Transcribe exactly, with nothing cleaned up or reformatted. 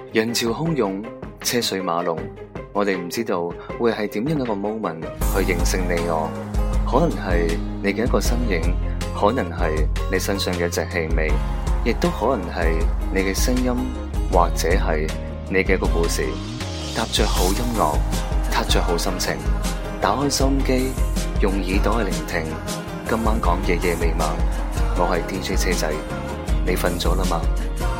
人潮洶湧，車水馬龍，我哋唔知道會係點樣一個 moment 去認識你我，可能係你嘅一個身影，可能係你身上嘅一隻氣味，亦都可能係你嘅聲音，或者係你嘅一個故事。搭着好音樂，踏着好心情，打開收音機，用耳朵去聆聽。今晚講夜夜未晚，我係 D J 車仔，你瞓咗啦嘛？